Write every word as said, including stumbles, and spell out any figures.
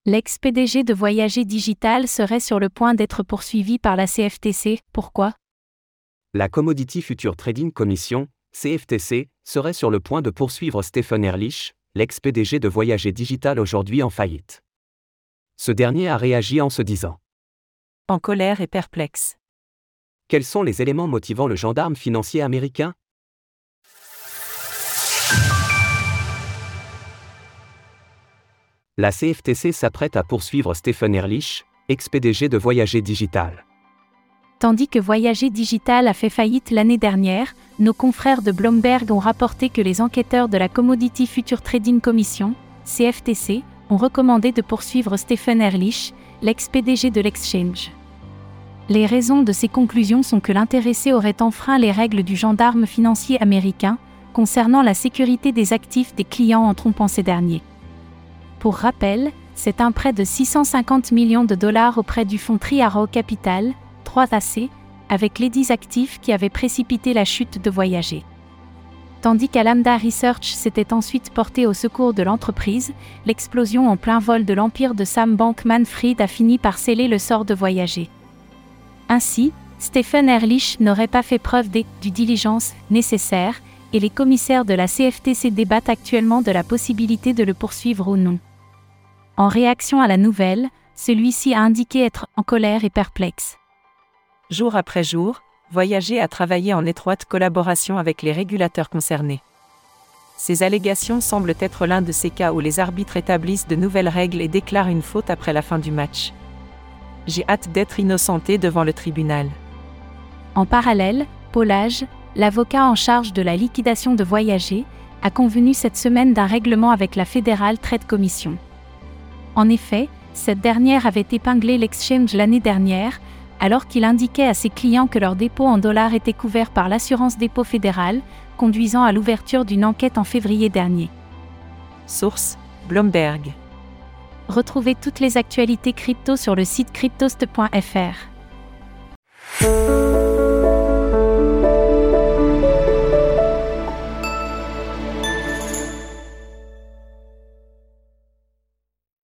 L'ex-P D G de Voyager Digital serait sur le point d'être poursuivi par la C F T C, pourquoi ? La Commodity Future Trading Commission, C F T C, serait sur le point de poursuivre Stephen Ehrlich, l'ex-P D G de Voyager Digital aujourd'hui en faillite. Ce dernier a réagi en se disant « En colère et perplexe ». Quels sont les éléments motivant le gendarme financier américain ? La C F T C s'apprête à poursuivre Stephen Ehrlich, ex-P D G de Voyager Digital. Tandis que Voyager Digital a fait faillite l'année dernière, nos confrères de Bloomberg ont rapporté que les enquêteurs de la Commodity Future Trading Commission, C F T C, ont recommandé de poursuivre Stephen Ehrlich, l'ex-P D G de l'exchange. Les raisons de ces conclusions sont que l'intéressé aurait enfreint les règles du gendarme financier américain, concernant la sécurité des actifs des clients en trompant ces derniers. Pour rappel, c'est un prêt de six cent cinquante millions de dollars auprès du fonds Three Arrows Capital, trois A C, avec lesdits actifs qui avaient précipité la chute de Voyager. Tandis qu'Alameda Research s'était ensuite porté au secours de l'entreprise, l'explosion en plein vol de l'empire de Sam Bankman-Fried a fini par sceller le sort de Voyager. Ainsi, Stephen Ehrlich n'aurait pas fait preuve des due diligence nécessaires, et les commissaires de la C F T C débattent actuellement de la possibilité de le poursuivre ou non. En réaction à la nouvelle, celui-ci a indiqué être en colère et perplexe. Jour après jour, Voyager a travaillé en étroite collaboration avec les régulateurs concernés. Ces allégations semblent être l'un de ces cas où les arbitres établissent de nouvelles règles et déclarent une faute après la fin du match. J'ai hâte d'être innocenté devant le tribunal. En parallèle, Paul Hage, l'avocat en charge de la liquidation de Voyager, a convenu cette semaine d'un règlement avec la Federal Trade Commission. En effet, cette dernière avait épinglé l'exchange l'année dernière, alors qu'il indiquait à ses clients que leurs dépôts en dollars étaient couverts par l'assurance dépôt fédérale, conduisant à l'ouverture d'une enquête en février dernier. Source : Bloomberg. Retrouvez toutes les actualités crypto sur le site cryptost point f r.